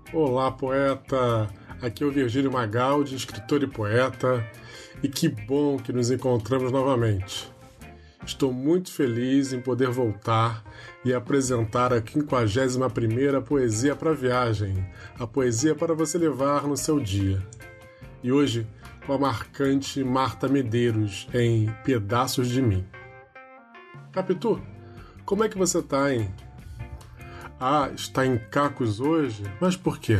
Olá, poeta! Aqui é o Virgílio Magaldi, escritor e poeta, e que bom que nos encontramos novamente. Estou muito feliz em poder voltar e apresentar a 51ª Poesia para Viagem, a poesia para você levar no seu dia. E hoje, com a marcante Marta Medeiros, em Pedaços de Mim. Capitu, como é que você tá, hein? Ah, está em cacos hoje? Mas por quê?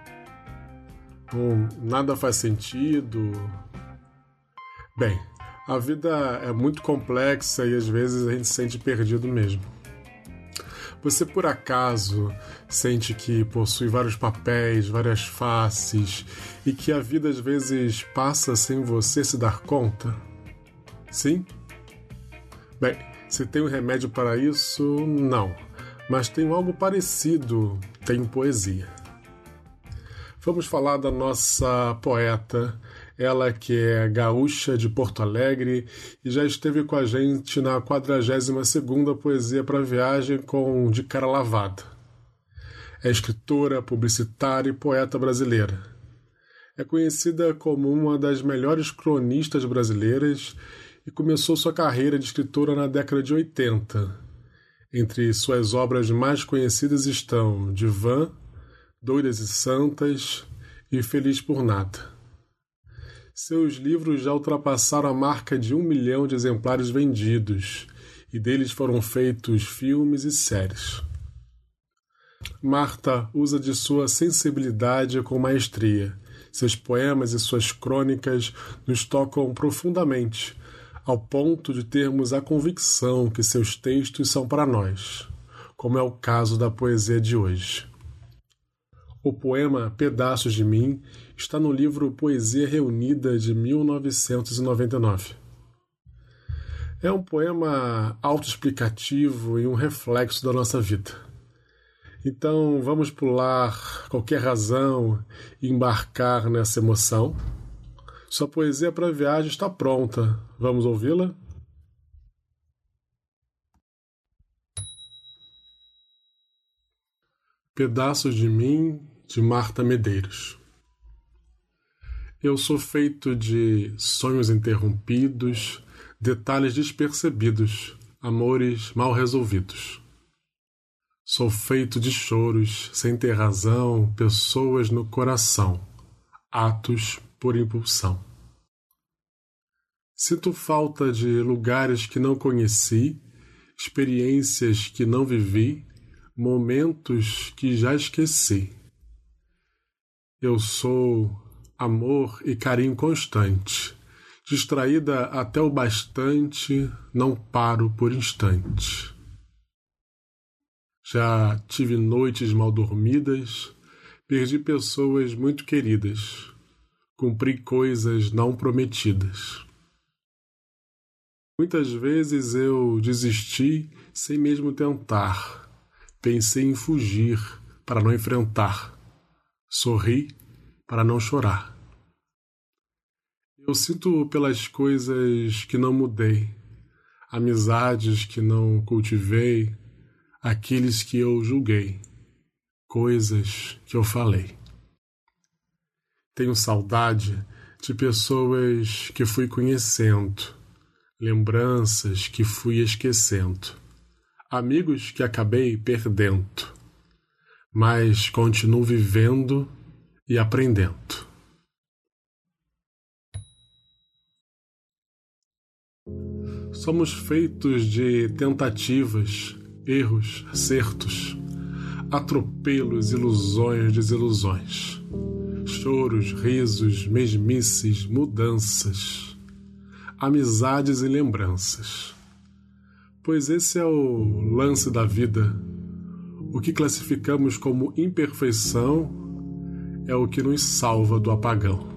Nada faz sentido. Bem, a vida é muito complexa e às vezes a gente se sente perdido mesmo. Você por acaso sente que possui vários papéis, várias faces e que a vida às vezes passa sem você se dar conta? Sim? Bem, se tem um remédio para isso, não. Mas tem algo parecido, tem poesia. Vamos falar da nossa poeta, ela que é gaúcha de Porto Alegre e já esteve com a gente na 42ª Poesia para Viagem com De Cara Lavada. É escritora, publicitária e poeta brasileira. É conhecida como uma das melhores cronistas brasileiras e começou sua carreira de escritora na década de 80. Entre suas obras mais conhecidas estão Divã, Doidas e Santas e Feliz por Nada. Seus livros já ultrapassaram a marca de 1 milhão de exemplares vendidos, e deles foram feitos filmes e séries. Marta usa de sua sensibilidade com maestria. Seus poemas e suas crônicas nos tocam profundamente, ao ponto de termos a convicção que seus textos são para nós, como é o caso da poesia de hoje. O poema Pedaços de Mim está no livro Poesia Reunida de 1999. É um poema autoexplicativo e um reflexo da nossa vida. Então vamos pular qualquer razão e embarcar nessa emoção. Sua poesia para viagem está pronta. Vamos ouvi-la? Pedaços de Mim, de Marta Medeiros. Eu sou feito de sonhos interrompidos, detalhes despercebidos, amores mal resolvidos. Sou feito de choros, sem ter razão, pessoas no coração, atos por impulsão. Sinto falta de lugares que não conheci, experiências que não vivi, momentos que já esqueci. Eu sou amor e carinho constante, distraída até o bastante, não paro por instante. Já tive noites mal dormidas, perdi pessoas muito queridas, cumpri coisas não prometidas. Muitas vezes eu desisti sem mesmo tentar. Pensei em fugir para não enfrentar. Sorri para não chorar. Eu sinto pelas coisas que não mudei, amizades que não cultivei, aqueles que eu julguei, coisas que eu falei. Tenho saudade de pessoas que fui conhecendo, lembranças que fui esquecendo, amigos que acabei perdendo, mas continuo vivendo e aprendendo. Somos feitos de tentativas, erros, acertos, atropelos, ilusões, desilusões, choros, risos, mesmices, mudanças, amizades e lembranças. Pois esse é o lance da vida. O que classificamos como imperfeição é o que nos salva do apagão.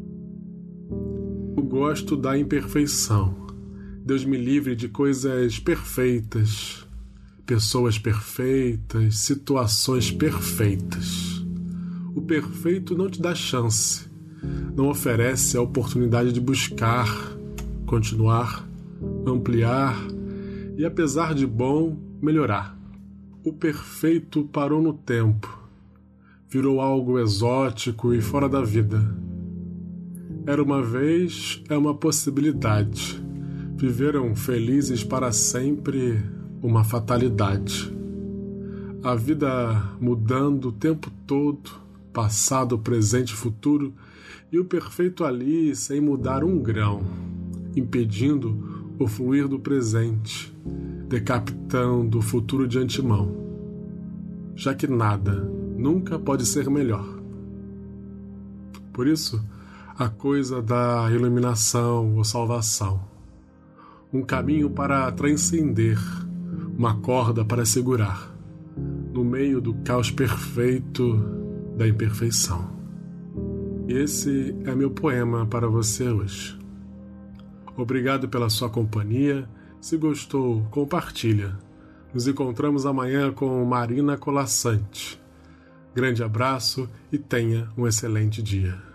Eu gosto da imperfeição. Deus me livre de coisas perfeitas, pessoas perfeitas, situações perfeitas. O perfeito não te dá chance, não oferece a oportunidade de buscar, continuar, ampliar e, apesar de bom, melhorar. O perfeito parou no tempo, virou algo exótico e fora da vida. Era uma vez, é uma possibilidade. Viveram felizes para sempre, uma fatalidade. A vida mudando o tempo todo, passado, presente e futuro, e o perfeito ali sem mudar um grão, impedindo o fluir do presente, decapitando o futuro de antemão, já que nada nunca pode ser melhor. Por isso, a coisa da iluminação ou salvação, um caminho para transcender, uma corda para segurar, no meio do caos perfeito da imperfeição. Esse é meu poema para você hoje. Obrigado pela sua companhia. Se gostou, compartilha. Nos encontramos amanhã com Marina Colassante. Grande abraço e tenha um excelente dia.